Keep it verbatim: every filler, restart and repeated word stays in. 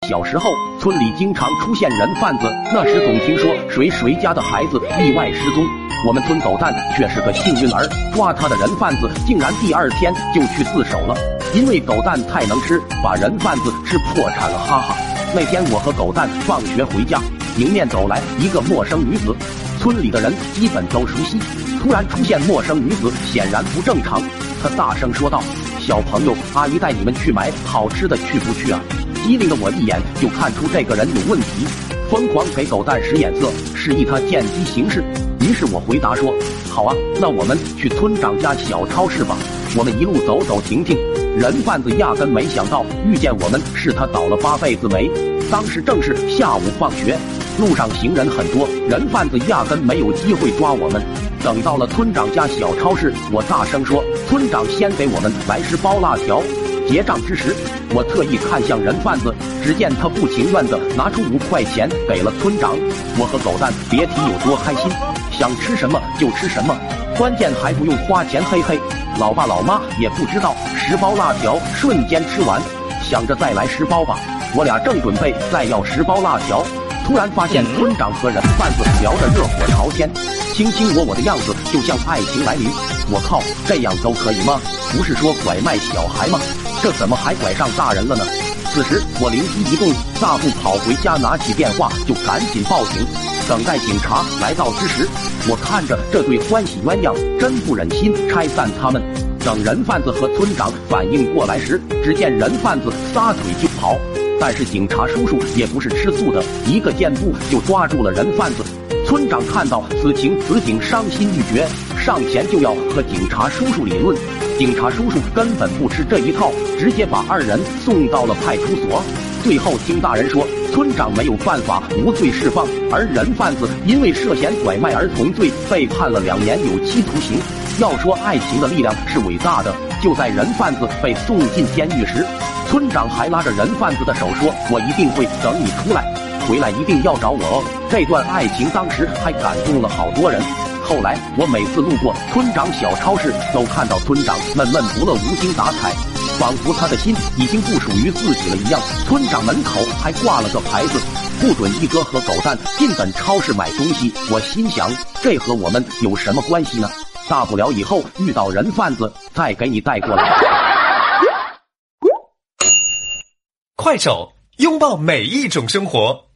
小时候，村里经常出现人贩子，那时总听说谁谁家的孩子意外失踪。我们村狗蛋却是个幸运儿，抓他的人贩子竟然第二天就去自首了。因为狗蛋太能吃，把人贩子吃破产了，哈哈。那天我和狗蛋放学回家，迎面走来一个陌生女子，村里的人基本都熟悉。突然出现陌生女子，显然不正常。她大声说道：“小朋友，阿姨带你们去买好吃的，去不去啊？”机灵的我一眼就看出这个人有问题，疯狂给狗蛋使眼色，示意他见机行事。于是我回答说：“好啊，那我们去村长家小超市吧。”我们一路走走停停，人贩子压根没想到遇见我们是他倒了八辈子霉。当时正是下午放学，路上行人很多，人贩子压根没有机会抓我们。等到了村长家小超市，我大声说：“村长先给我们来十包辣条。”结账之时，我特意看向人贩子，只见他不情愿地拿出五块钱给了村长。我和狗蛋别提有多开心，想吃什么就吃什么，关键还不用花钱，嘿嘿。老爸老妈也不知道，十包辣条瞬间吃完，想着再来十包吧。我俩正准备再要十包辣条，突然发现村长和人贩子聊得热火朝天，卿卿我我的样子就像爱情来临。我靠，这样都可以吗？不是说拐卖小孩吗？这怎么还拐上大人了呢？此时我灵机一动，大步跑回家，拿起电话就赶紧报警。等待警察来到之时，我看着这对欢喜鸳鸯，真不忍心拆散他们。等人贩子和村长反应过来时，只见人贩子撒腿就跑，但是警察叔叔也不是吃素的，一个箭步就抓住了人贩子。村长看到此情此景，伤心欲绝，上前就要和警察叔叔理论。警察叔叔根本不吃这一套，直接把二人送到了派出所。最后听大人说，村长没有犯法，无罪释放，而人贩子因为涉嫌拐卖儿童罪被判了两年有期徒刑。要说爱情的力量是伟大的，就在人贩子被送进监狱时，村长还拉着人贩子的手说：“我一定会等你出来，回来一定要找我哦。”这段爱情当时还感动了好多人。后来我每次路过村长小超市，都看到村长闷闷不乐，无精打采，仿佛他的心已经不属于自己了一样。村长门口还挂了个牌子，不准一哥和狗蛋进本超市买东西。我心想，这和我们有什么关系呢？大不了以后遇到人贩子再给你带过来。 快手，拥抱每一种生活。